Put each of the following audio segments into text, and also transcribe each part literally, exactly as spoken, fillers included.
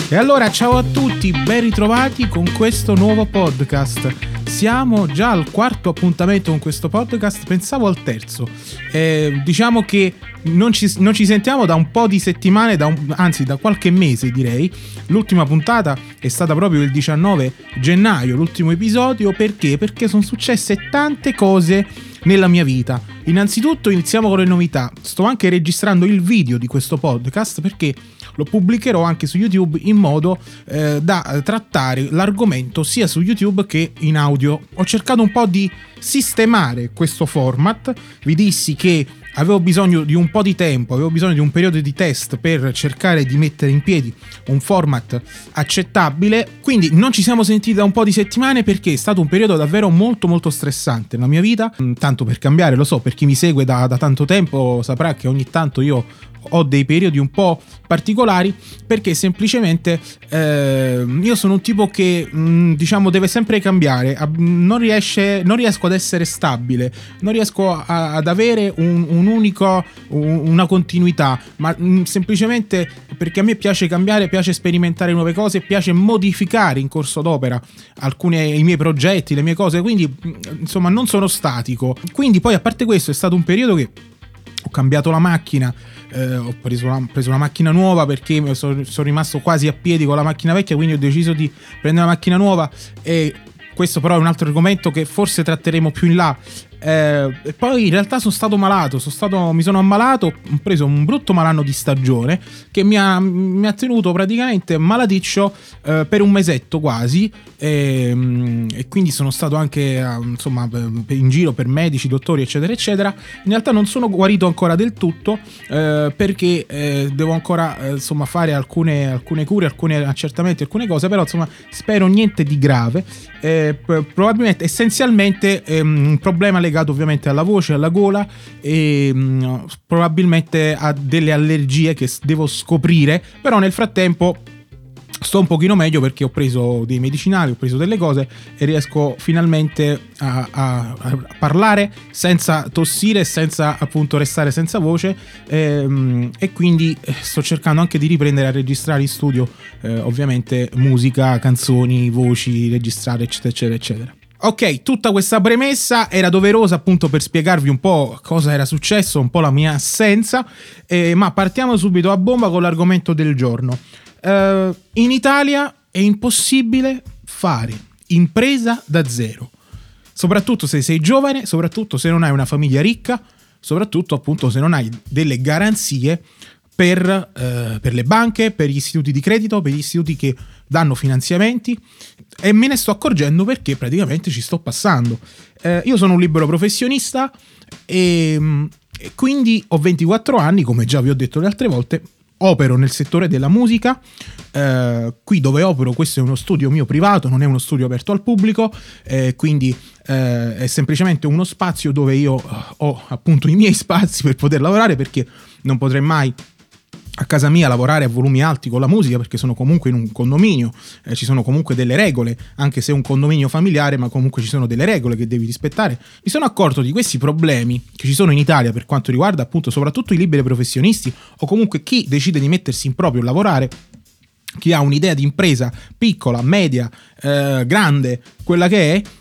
E allora ciao a tutti, ben ritrovati con questo nuovo podcast. Siamo già al quarto appuntamento con questo podcast, pensavo al terzo. Eh, diciamo che non ci, non ci sentiamo da un po' di settimane, da un, anzi da qualche mese direi. L'ultima puntata è stata proprio il diciannove gennaio, l'ultimo episodio. Perché? Perché sono successe tante cose nella mia vita. Innanzitutto iniziamo con le novità. Sto anche registrando il video di questo podcast perché lo pubblicherò anche su YouTube in modo eh, da trattare l'argomento sia su YouTube che in audio. Ho cercato un po' di sistemare questo format. Vi dissi che avevo bisogno di un po' di tempo, avevo bisogno di un periodo di test per cercare di mettere in piedi un format accettabile. Quindi non ci siamo sentiti da un po' di settimane perché è stato un periodo davvero molto molto stressante nella mia vita. Tanto per cambiare, lo so, per chi mi segue da, da tanto tempo saprà che ogni tanto io ho dei periodi un po' particolari perché semplicemente eh, io sono un tipo che mh, diciamo deve sempre cambiare, non riesce non riesco ad essere stabile, non riesco a, ad avere un, un unico un, una continuità, ma mh, semplicemente perché a me piace cambiare, piace sperimentare nuove cose, piace modificare in corso d'opera alcuni i miei progetti, le mie cose, quindi mh, insomma non sono statico. Quindi poi a parte questo è stato un periodo che ho cambiato la macchina, eh, ho preso una, preso una macchina nuova perché sono, sono rimasto quasi a piedi con la macchina vecchia, quindi ho deciso di prendere una macchina nuova, e questo però è un altro argomento che forse tratteremo più in là. Eh, e poi in realtà sono stato malato, sono stato, mi sono ammalato, ho preso un brutto malanno di stagione che mi ha, mi ha tenuto praticamente malaticcio eh, per un mesetto quasi, e, e quindi sono stato anche insomma in giro per medici, dottori eccetera eccetera. In realtà non sono guarito ancora del tutto eh, perché eh, devo ancora eh, insomma fare alcune, alcune cure, alcuni accertamenti, alcune cose, però insomma spero niente di grave. Eh, probabilmente essenzialmente ehm, un problema legato ovviamente alla voce, alla gola e mh, probabilmente a delle allergie che devo scoprire, però nel frattempo sto un pochino meglio perché ho preso dei medicinali, ho preso delle cose e riesco finalmente a, a, a parlare senza tossire, senza appunto restare senza voce, ehm, e quindi sto cercando anche di riprendere a registrare in studio eh, ovviamente musica, canzoni, voci, registrare eccetera eccetera eccetera. Ok, tutta questa premessa era doverosa appunto per spiegarvi un po' cosa era successo, un po' la mia assenza, eh, ma partiamo subito a bomba con l'argomento del giorno. Uh, in Italia è impossibile fare impresa da zero, soprattutto se sei giovane, soprattutto se non hai una famiglia ricca, soprattutto appunto se non hai delle garanzie per, uh, per le banche, per gli istituti di credito, per gli istituti che danno finanziamenti, e me ne sto accorgendo perché praticamente ci sto passando. Uh, io sono un libero professionista e, e quindi ho ventiquattro anni, come già vi ho detto le altre volte. Opero nel settore della musica, eh, qui dove opero questo è uno studio mio privato, non è uno studio aperto al pubblico, eh, quindi eh, è semplicemente uno spazio dove io ho appunto i miei spazi per poter lavorare, perché non potrei mai a casa mia lavorare a volumi alti con la musica, perché sono comunque in un condominio, eh, ci sono comunque delle regole, anche se è un condominio familiare, ma comunque ci sono delle regole che devi rispettare. Mi sono accorto di questi problemi che ci sono in Italia per quanto riguarda appunto soprattutto i liberi professionisti, o comunque chi decide di mettersi in proprio a lavorare, chi ha un'idea di impresa piccola, media, eh, grande, quella che è.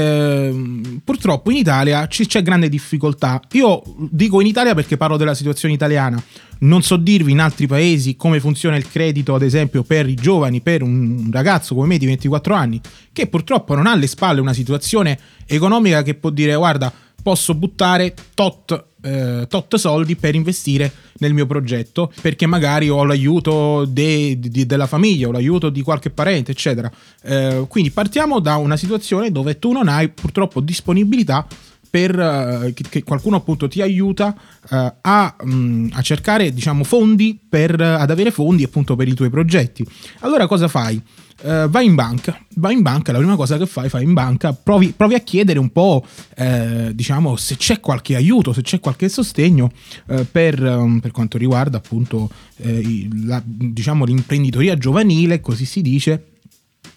Eh, purtroppo in Italia c- c'è grande difficoltà. Io dico in Italia perché parlo della situazione italiana, non so dirvi in altri paesi come funziona il credito, ad esempio per i giovani, per un ragazzo come me di ventiquattro anni che purtroppo non ha alle spalle una situazione economica che può dire guarda, posso buttare tot, eh, tot soldi per investire nel mio progetto perché magari ho l'aiuto de, de, della famiglia, ho l'aiuto di qualche parente eccetera. Eh, quindi partiamo da una situazione dove tu non hai purtroppo disponibilità per uh, che, che qualcuno appunto ti aiuta uh, a, um, a cercare diciamo fondi per uh, ad avere fondi appunto per i tuoi progetti. Allora cosa fai? Uh, vai in banca, vai in banca, la prima cosa che fai, fai in banca, provi, provi a chiedere un po' eh, diciamo se c'è qualche aiuto, se c'è qualche sostegno eh, per, um, per quanto riguarda appunto eh, la, diciamo l'imprenditoria giovanile, così si dice,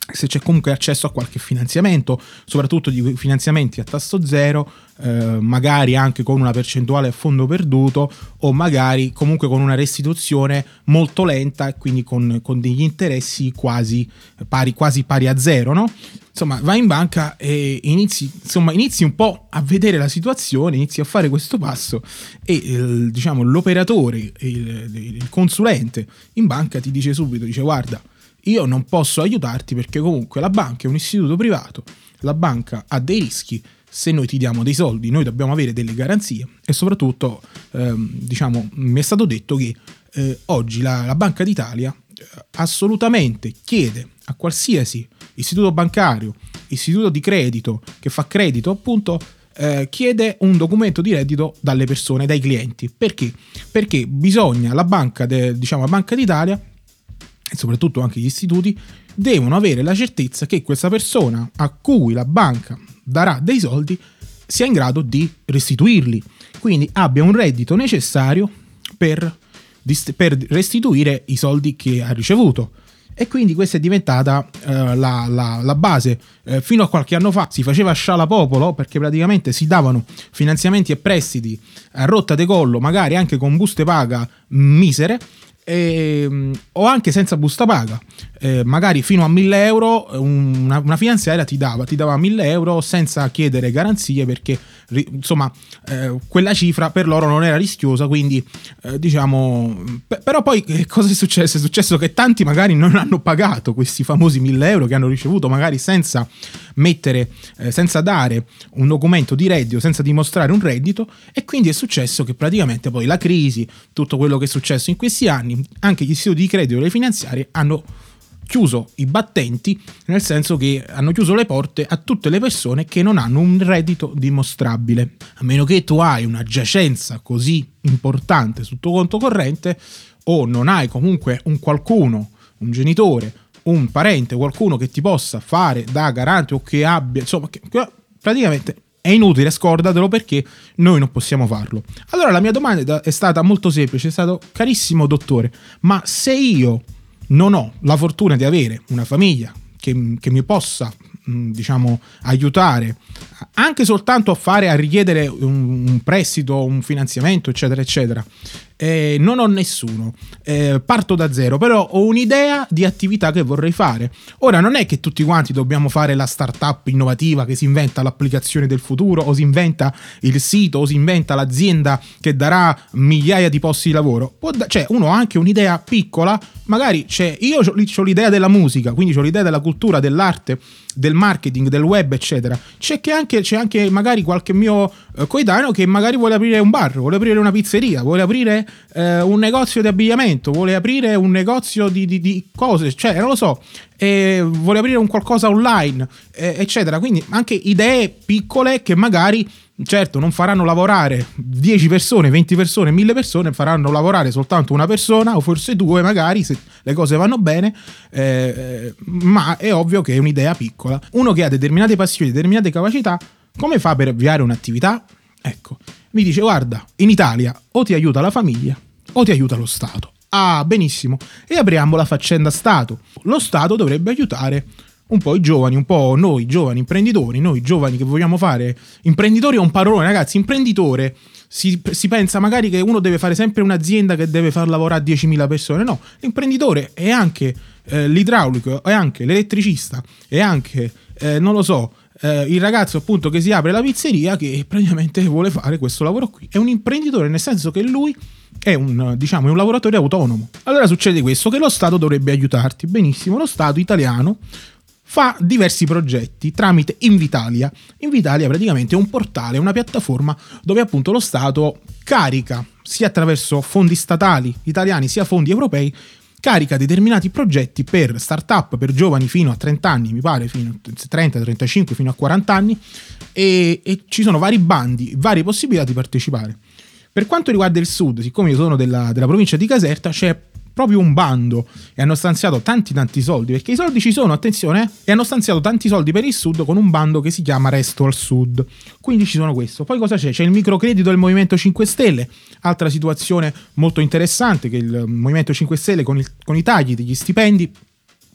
se c'è comunque accesso a qualche finanziamento, soprattutto di finanziamenti a tasso zero, eh, magari anche con una percentuale a fondo perduto, o magari comunque con una restituzione molto lenta e quindi con, con degli interessi quasi pari, quasi pari a zero, no? Insomma, vai in banca e inizi, insomma, inizi un po' a vedere la situazione, inizi a fare questo passo e il, diciamo, l'operatore, il, il consulente in banca ti dice subito, dice guarda, io non posso aiutarti perché comunque la banca è un istituto privato, la banca ha dei rischi, se noi ti diamo dei soldi noi dobbiamo avere delle garanzie e soprattutto ehm, diciamo mi è stato detto che eh, oggi la, la Banca d'Italia eh, assolutamente chiede a qualsiasi istituto bancario, istituto di credito che fa credito appunto, eh, chiede un documento di reddito dalle persone, dai clienti. Perché? Perché bisogna, la banca, de, diciamo la Banca d'Italia e soprattutto anche gli istituti devono avere la certezza che questa persona a cui la banca darà dei soldi sia in grado di restituirli, quindi abbia un reddito necessario per, per restituire i soldi che ha ricevuto. E quindi questa è diventata eh, la, la, la base. Eh, fino a qualche anno fa si faceva scialapopolo perché praticamente si davano finanziamenti e prestiti a rotta de collo, magari anche con buste paga misere, Eh, o anche senza busta paga, eh, magari fino a mille euro una, una finanziaria ti dava, ti dava mille euro senza chiedere garanzie perché insomma eh, quella cifra per loro non era rischiosa, quindi eh, diciamo p- però poi che cosa è successo? È successo che tanti magari non hanno pagato questi famosi mille euro che hanno ricevuto magari senza mettere, eh, senza dare un documento di reddito, senza dimostrare un reddito, e quindi è successo che praticamente poi la crisi, tutto quello che è successo in questi anni, anche gli istituti di credito e le finanziarie hanno chiuso i battenti, nel senso che hanno chiuso le porte a tutte le persone che non hanno un reddito dimostrabile, a meno che tu hai una giacenza così importante sul tuo conto corrente o non hai comunque un qualcuno, un genitore, un parente, qualcuno che ti possa fare da garante o che abbia, insomma, che, che praticamente è inutile, scordatelo perché noi non possiamo farlo. Allora la mia domanda è stata molto semplice, è stato: carissimo dottore, ma se io non ho la fortuna di avere una famiglia che, che mi possa mh, diciamo aiutare anche soltanto a fare, a richiedere un, un prestito, un finanziamento eccetera eccetera, eh, non ho nessuno, eh, parto da zero, però ho un'idea di attività che vorrei fare. Ora non è che tutti quanti dobbiamo fare la startup innovativa che si inventa l'applicazione del futuro, o si inventa il sito, o si inventa l'azienda che darà migliaia di posti di lavoro. Può da- cioè uno ha anche un'idea piccola, magari c'è, io ho l'idea della musica, quindi ho l'idea della cultura, dell'arte, del marketing, del web eccetera. C'è che anche c'è anche magari qualche mio eh, coetaneo che magari vuole aprire un bar, vuole aprire una pizzeria, vuole aprire eh, un negozio di abbigliamento, vuole aprire un negozio di, di, di cose, cioè non lo so, eh, vuole aprire un qualcosa online eh, eccetera. Quindi anche idee piccole che magari, certo, non faranno lavorare dieci persone, venti persone, mille persone, faranno lavorare soltanto una persona o forse due magari, se le cose vanno bene, eh, ma è ovvio che è un'idea piccola. Uno che ha determinate passioni, determinate capacità, come fa per avviare un'attività? Ecco, mi dice: guarda, in Italia o ti aiuta la famiglia o ti aiuta lo Stato. Ah, benissimo, e apriamo la faccenda Stato. Lo Stato dovrebbe aiutare un po' i giovani, un po' noi giovani imprenditori, noi giovani che vogliamo fare imprenditori. È un parolone, ragazzi. Imprenditore si, si pensa magari che uno deve fare sempre un'azienda che deve far lavorare diecimila persone. No, l'imprenditore è anche eh, l'idraulico, è anche l'elettricista, è anche eh, non lo so, eh, il ragazzo appunto che si apre la pizzeria, che praticamente vuole fare questo lavoro qui. È un imprenditore, nel senso che lui è un, diciamo, è un lavoratore autonomo. Allora succede questo, che lo Stato dovrebbe aiutarti. Benissimo, lo Stato italiano fa diversi progetti tramite Invitalia. Invitalia praticamente è un portale, una piattaforma dove appunto lo Stato carica, sia attraverso fondi statali italiani sia fondi europei, carica determinati progetti per start-up, per giovani fino a trenta anni, mi pare, fino a trenta, trentacinque, fino a quaranta anni, e, e ci sono vari bandi, varie possibilità di partecipare. Per quanto riguarda il sud, siccome io sono della, della provincia di Caserta, c'è proprio un bando e hanno stanziato tanti tanti soldi, perché i soldi ci sono, attenzione, eh, e hanno stanziato tanti soldi per il sud con un bando che si chiama Resto al Sud. Quindi ci sono questo. Poi cosa c'è? C'è il microcredito del Movimento cinque Stelle, altra situazione molto interessante, che il Movimento cinque Stelle con, il, con i tagli degli stipendi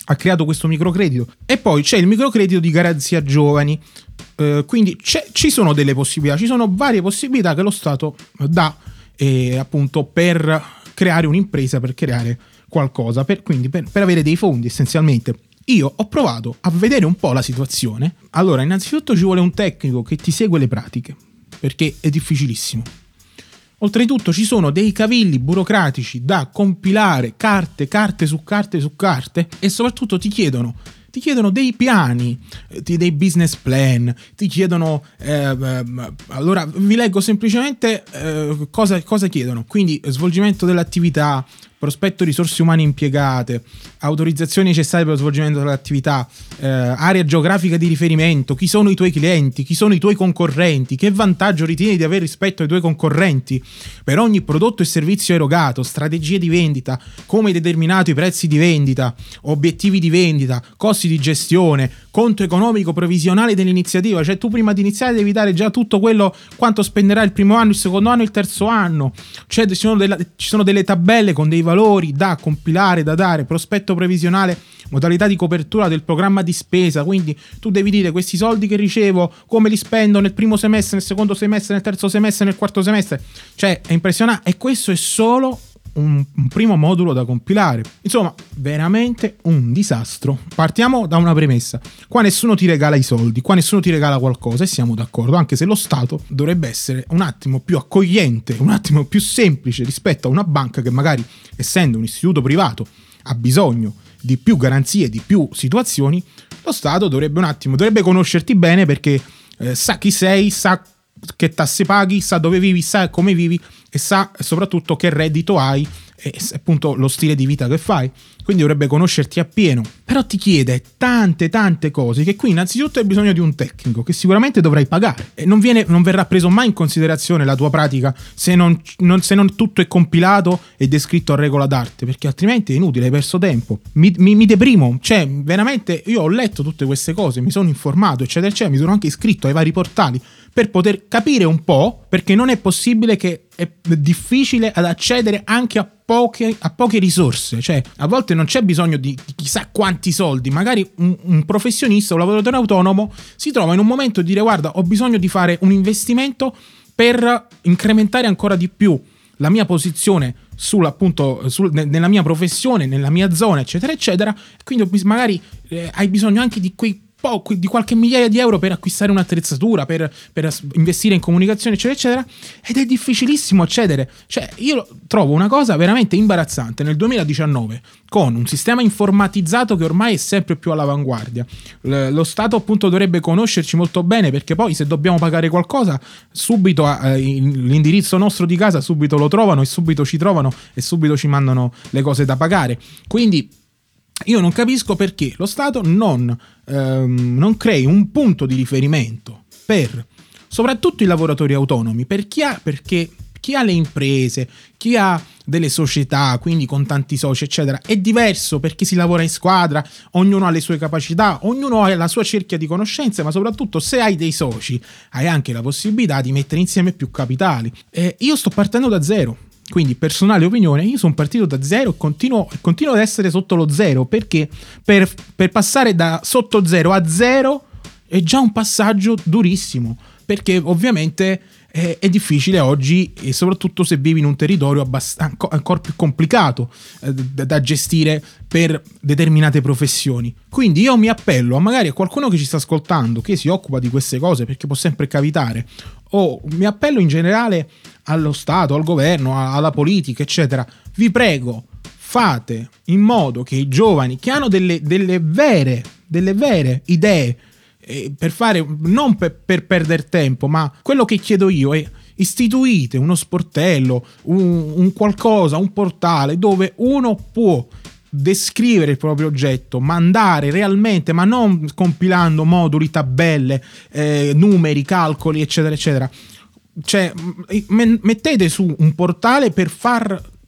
ha creato questo microcredito. E poi c'è il microcredito di garanzia giovani. Eh, quindi c'è, ci sono delle possibilità, ci sono varie possibilità che lo Stato dà eh, appunto per creare un'impresa, per creare qualcosa, per, quindi per, per avere dei fondi essenzialmente. Io ho provato a vedere un po' la situazione. Allora, innanzitutto ci vuole un tecnico che ti segue le pratiche, perché è difficilissimo. Oltretutto ci sono dei cavilli burocratici da compilare, carte, carte su carte su carte, e soprattutto ti chiedono ti chiedono dei piani, dei business plan, ti chiedono eh, allora vi leggo semplicemente eh, cosa, cosa chiedono. Quindi svolgimento dell'attività, prospetto risorse umane impiegate, autorizzazioni necessarie per lo svolgimento dell'attività, eh, area geografica di riferimento, chi sono i tuoi clienti, chi sono i tuoi concorrenti, che vantaggio ritieni di avere rispetto ai tuoi concorrenti per ogni prodotto e servizio erogato, strategie di vendita, come hai determinato i prezzi di vendita, obiettivi di vendita, costi di gestione, conto economico provvisionale dell'iniziativa. Cioè tu prima di iniziare devi dare già tutto quello, quanto spenderai il primo anno, il secondo anno, il terzo anno. Cioè ci sono delle, ci sono delle tabelle con dei valori da compilare, da dare, prospetto previsionale, modalità di copertura del programma di spesa. Quindi tu devi dire: questi soldi che ricevo come li spendo nel primo semestre, nel secondo semestre, nel terzo semestre, nel quarto semestre. Cioè è impressionante, e questo è solo un, un primo modulo da compilare. Insomma, veramente un disastro. Partiamo da una premessa: qua nessuno ti regala i soldi, qua nessuno ti regala qualcosa, e siamo d'accordo, anche se lo Stato dovrebbe essere un attimo più accogliente, un attimo più semplice rispetto a una banca che magari, essendo un istituto privato, ha bisogno di più garanzie, di più situazioni. Lo Stato dovrebbe un attimo, dovrebbe conoscerti bene, perché eh, sa chi sei, sa che tasse paghi, sa dove vivi, sa come vivi, e sa soprattutto che reddito hai e appunto lo stile di vita che fai. Quindi dovrebbe conoscerti appieno. Però ti chiede tante tante cose, che qui innanzitutto hai bisogno di un tecnico che sicuramente dovrai pagare, e non, viene, non verrà preso mai in considerazione la tua pratica se non, non, se non tutto è compilato e descritto a regola d'arte, perché altrimenti è inutile, hai perso tempo. Mi, mi, mi deprimo, cioè veramente io ho letto tutte queste cose, mi sono informato eccetera eccetera, mi sono anche iscritto ai vari portali per poter capire un po', perché non è possibile che è difficile ad accedere anche a poche, a poche risorse. Cioè a volte non c'è bisogno di, di chissà quanti soldi, magari un, un professionista, un lavoratore autonomo si trova in un momento di dire: guarda, ho bisogno di fare un investimento per incrementare ancora di più la mia posizione sul, appunto, sul, nella mia professione, nella mia zona eccetera eccetera, quindi magari eh, hai bisogno anche di quei di qualche migliaia di euro per acquistare un'attrezzatura, per, per investire in comunicazione eccetera eccetera, ed è difficilissimo accedere. Cioè io trovo una cosa veramente imbarazzante nel duemiladiciannove, con un sistema informatizzato che ormai è sempre più all'avanguardia. Lo Stato appunto dovrebbe conoscerci molto bene, perché poi se dobbiamo pagare qualcosa subito eh, l'indirizzo nostro di casa subito lo trovano, e subito ci trovano, e subito ci mandano le cose da pagare. Quindi io non capisco perché lo Stato non, ehm, non crei un punto di riferimento per soprattutto i lavoratori autonomi, per chi ha, perché chi ha le imprese, chi ha delle società, quindi con tanti soci eccetera, è diverso, perché si lavora in squadra, ognuno ha le sue capacità, ognuno ha la sua cerchia di conoscenze, ma soprattutto se hai dei soci hai anche la possibilità di mettere insieme più capitali. Eh, io sto partendo da zero. Quindi, personale opinione, io sono partito da zero e continuo, continuo ad essere sotto lo zero, perché per, per passare da sotto zero a zero è già un passaggio durissimo, perché ovviamente è, è difficile oggi, e soprattutto se vivi in un territorio abbastanza, ancora più complicato eh, da, da gestire per determinate professioni. Quindi io mi appello a magari a qualcuno che ci sta ascoltando, che si occupa di queste cose, perché può sempre capitare, o mi appello in generale allo Stato, al governo, alla politica eccetera. Vi prego, fate in modo che i giovani che hanno delle, delle vere delle vere idee eh, per fare, non per, per perdere tempo, ma quello che chiedo io è: istituite uno sportello, un, un qualcosa, un portale dove uno può descrivere il proprio oggetto, mandare realmente, ma non compilando moduli, tabelle, eh, numeri, calcoli eccetera eccetera. Cioè mettete su un portale per far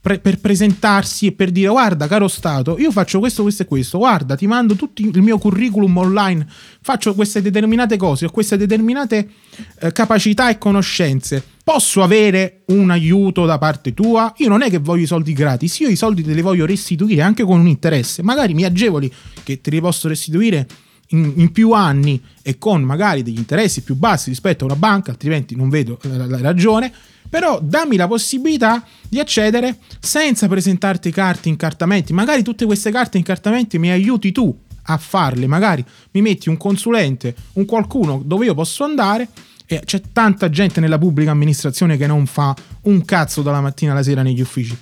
pre- per presentarsi e per dire guarda caro Stato, io faccio questo, questo e questo, guarda ti mando tutto il mio curriculum online, faccio queste determinate cose, ho queste determinate eh, capacità e conoscenze, posso avere un aiuto da parte tua? Io non è che voglio i soldi gratis, io i soldi te li voglio restituire anche con un interesse, magari mi agevoli che te li posso restituire In, in più anni e con magari degli interessi più bassi rispetto a una banca, altrimenti non vedo la, la ragione, però dammi la possibilità di accedere senza presentarti carte incartamenti, magari tutte queste carte incartamenti mi aiuti tu a farle, magari mi metti un consulente, un qualcuno dove io posso andare, e c'è tanta gente nella pubblica amministrazione che non fa un cazzo dalla mattina alla sera negli uffici,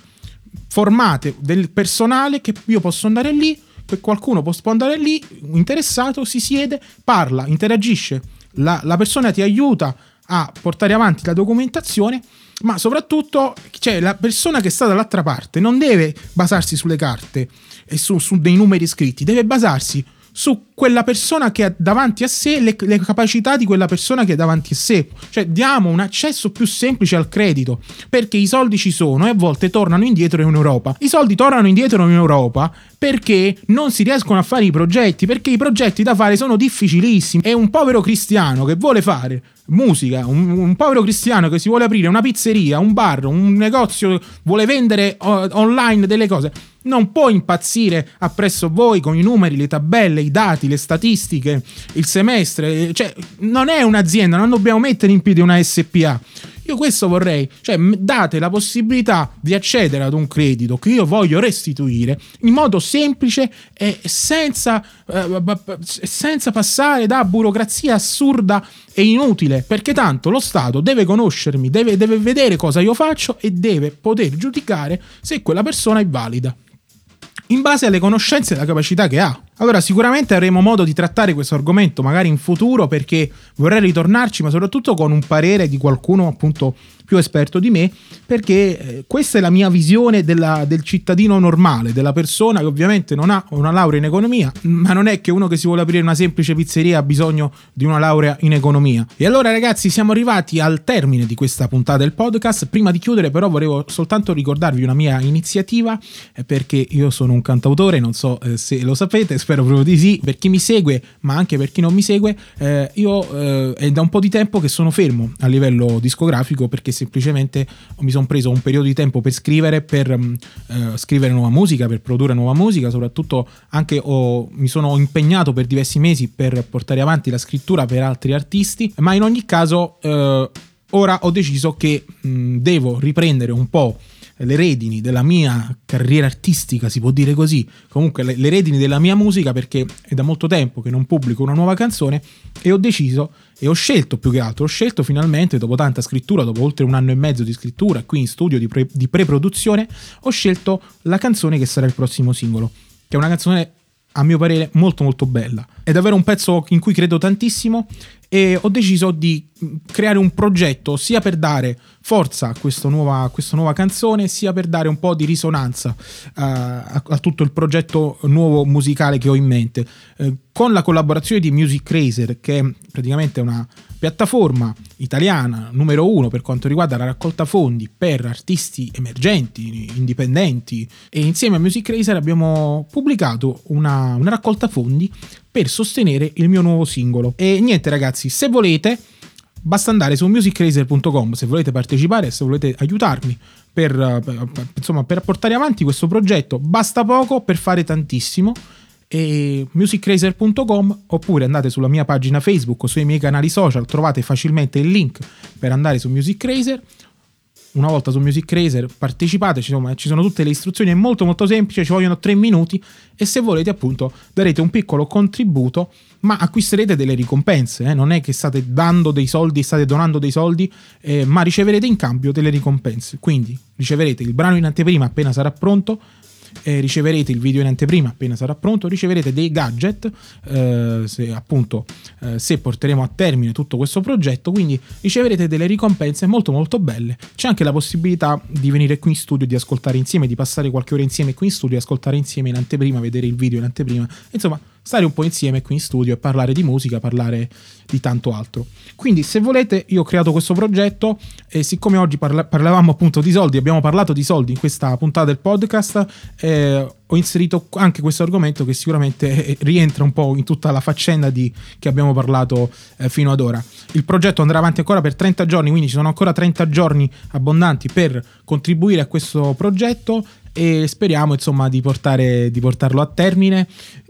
formate del personale che io posso andare lì, che qualcuno può andare lì, interessato, si siede, parla, interagisce, la, la persona ti aiuta a portare avanti la documentazione, ma soprattutto cioè, la persona che sta dall'altra parte non deve basarsi sulle carte e su, su dei numeri scritti, deve basarsi su quella persona che ha davanti a sé, le, le capacità di quella persona che ha davanti a sé. Cioè diamo un accesso più semplice al credito, perché i soldi ci sono e a volte tornano indietro in Europa. I soldi tornano indietro in Europa perché non si riescono a fare i progetti, perché i progetti da fare sono difficilissimi. E un povero cristiano che vuole fare musica, un, un povero cristiano che si vuole aprire una pizzeria, un bar, un negozio, vuole vendere uh, online delle cose, non può impazzire appresso voi con i numeri, le tabelle, i dati, le statistiche, il semestre. Cioè non è un'azienda, non dobbiamo mettere in piedi una S P A. Io questo vorrei, cioè date la possibilità di accedere ad un credito che io voglio restituire in modo semplice e senza, eh, senza passare da burocrazia assurda e inutile, perché tanto lo Stato deve conoscermi, deve, deve vedere cosa io faccio e deve poter giudicare se quella persona è valida in base alle conoscenze e alla capacità che ha. Allora sicuramente avremo modo di trattare questo argomento magari in futuro, perché vorrei ritornarci, ma soprattutto con un parere di qualcuno appunto più esperto di me, perché eh, questa è la mia visione della, del cittadino normale, della persona che ovviamente non ha una laurea in economia, ma non è che uno che si vuole aprire una semplice pizzeria ha bisogno di una laurea in economia. E allora ragazzi, siamo arrivati al termine di questa puntata del podcast. Prima di chiudere però volevo soltanto ricordarvi una mia iniziativa, eh, perché io sono un cantautore, non so eh, se lo sapete, spero proprio di sì. Per chi mi segue, ma anche per chi non mi segue, eh, io eh, è da un po' di tempo che sono fermo a livello discografico, perché semplicemente mi sono preso un periodo di tempo per scrivere, per eh, scrivere nuova musica, per produrre nuova musica, soprattutto anche ho, mi sono impegnato per diversi mesi per portare avanti la scrittura per altri artisti, ma in ogni caso eh, ora ho deciso che mh, devo riprendere un po' le redini della mia carriera artistica, si può dire così, comunque le, le redini della mia musica, perché è da molto tempo che non pubblico una nuova canzone e ho deciso e ho scelto più che altro, ho scelto finalmente dopo tanta scrittura, dopo oltre un anno e mezzo di scrittura qui in studio di, pre, di pre-produzione, ho scelto la canzone che sarà il prossimo singolo, che è una canzone a mio parere molto molto bella, è davvero un pezzo in cui credo tantissimo e ho deciso di creare un progetto sia per dare forza a questa nuova, a questa nuova canzone, sia per dare un po' di risonanza uh, a, a tutto il progetto nuovo musicale che ho in mente, uh, con la collaborazione di Music Razer, che è praticamente una piattaforma italiana numero uno per quanto riguarda la raccolta fondi per artisti emergenti, indipendenti, e insieme a Music Razer abbiamo pubblicato una, una raccolta fondi per sostenere il mio nuovo singolo. E niente ragazzi, se volete basta andare su music razer punto com se volete partecipare, se volete aiutarmi per, per, insomma, per portare avanti questo progetto. Basta poco per fare tantissimo. E music razer punto com, oppure andate sulla mia pagina Facebook o sui miei canali social, trovate facilmente il link per andare su Music Razer. Una volta su Music Razer partecipate, ci sono, ci sono tutte le istruzioni, è molto molto semplice, ci vogliono tre minuti e se volete appunto darete un piccolo contributo, ma acquisterete delle ricompense, eh? Non è che state dando dei soldi, state donando dei soldi, eh, ma riceverete in cambio delle ricompense. Quindi riceverete il brano in anteprima appena sarà pronto, eh, riceverete il video in anteprima appena sarà pronto, riceverete dei gadget eh, se appunto eh, se porteremo a termine tutto questo progetto, quindi riceverete delle ricompense molto molto belle. C'è anche la possibilità di venire qui in studio, di ascoltare insieme, di passare qualche ora insieme qui in studio, ascoltare insieme in anteprima, vedere il video in anteprima, insomma stare un po' insieme qui in studio e parlare di musica, parlare di tanto altro. Quindi se volete, io ho creato questo progetto e siccome oggi parla- parlavamo appunto di soldi, abbiamo parlato di soldi in questa puntata del podcast, eh, ho inserito anche questo argomento che sicuramente rientra un po' in tutta la faccenda di che abbiamo parlato eh, fino ad ora. Il progetto andrà avanti ancora per trenta giorni, quindi ci sono ancora trenta giorni abbondanti per contribuire a questo progetto e speriamo insomma di portare di portarlo a termine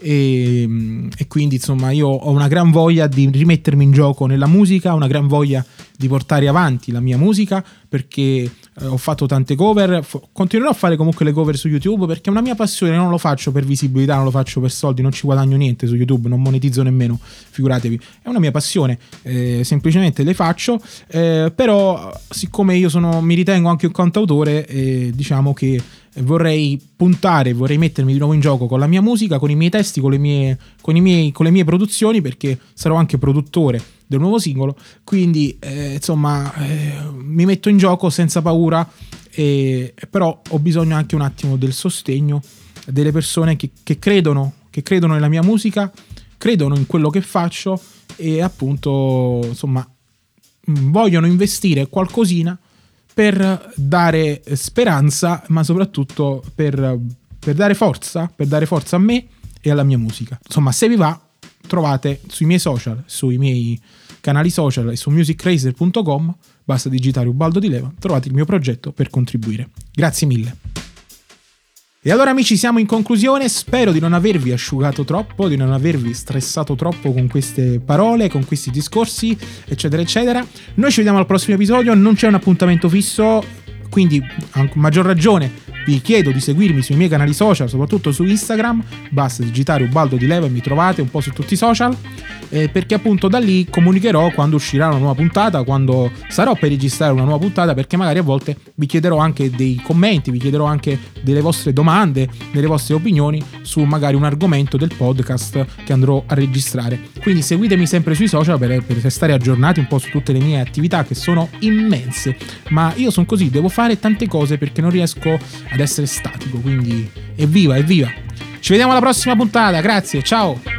e, e quindi insomma io ho una gran voglia di rimettermi in gioco nella musica, una gran voglia di portare avanti la mia musica perché eh, ho fatto tante cover, f- continuerò a fare comunque le cover su YouTube perché è una mia passione, non lo faccio per visibilità, non lo faccio per soldi, non ci guadagno niente su YouTube, non monetizzo nemmeno, figuratevi, è una mia passione, eh, semplicemente le faccio, eh, però siccome io sono, mi ritengo anche un cantautore, eh, diciamo che vorrei puntare, vorrei mettermi di nuovo in gioco con la mia musica, con i miei testi, con le mie, con i miei, con le mie produzioni, perché sarò anche produttore del nuovo singolo, quindi eh, insomma eh, mi metto in gioco senza paura, eh, però ho bisogno anche un attimo del sostegno delle persone che, che credono, che credono nella mia musica, credono in quello che faccio e appunto insomma vogliono investire qualcosina per dare speranza, ma soprattutto per, per dare forza, per dare forza a me e alla mia musica. Insomma, se vi va, trovate sui miei social, sui miei canali social e su music crazer punto com, basta digitare Ubaldo Di Leva, trovate il mio progetto per contribuire. Grazie mille. E allora amici, siamo in conclusione, spero di non avervi asciugato troppo, di non avervi stressato troppo con queste parole, con questi discorsi, eccetera eccetera. Noi ci vediamo al prossimo episodio, non c'è un appuntamento fisso, quindi a maggior ragione vi chiedo di seguirmi sui miei canali social, soprattutto su Instagram, basta digitare Ubaldo Di Leva e mi trovate un po' su tutti i social, eh, perché appunto da lì comunicherò quando uscirà una nuova puntata, quando sarò per registrare una nuova puntata, perché magari a volte vi chiederò anche dei commenti, vi chiederò anche delle vostre domande, delle vostre opinioni su magari un argomento del podcast che andrò a registrare. Quindi seguitemi sempre sui social per, per restare aggiornati un po' su tutte le mie attività che sono immense, ma io sono così, devo fare tante cose perché non riesco ad essere statico, quindi evviva, evviva! Ci vediamo alla prossima puntata, grazie, ciao!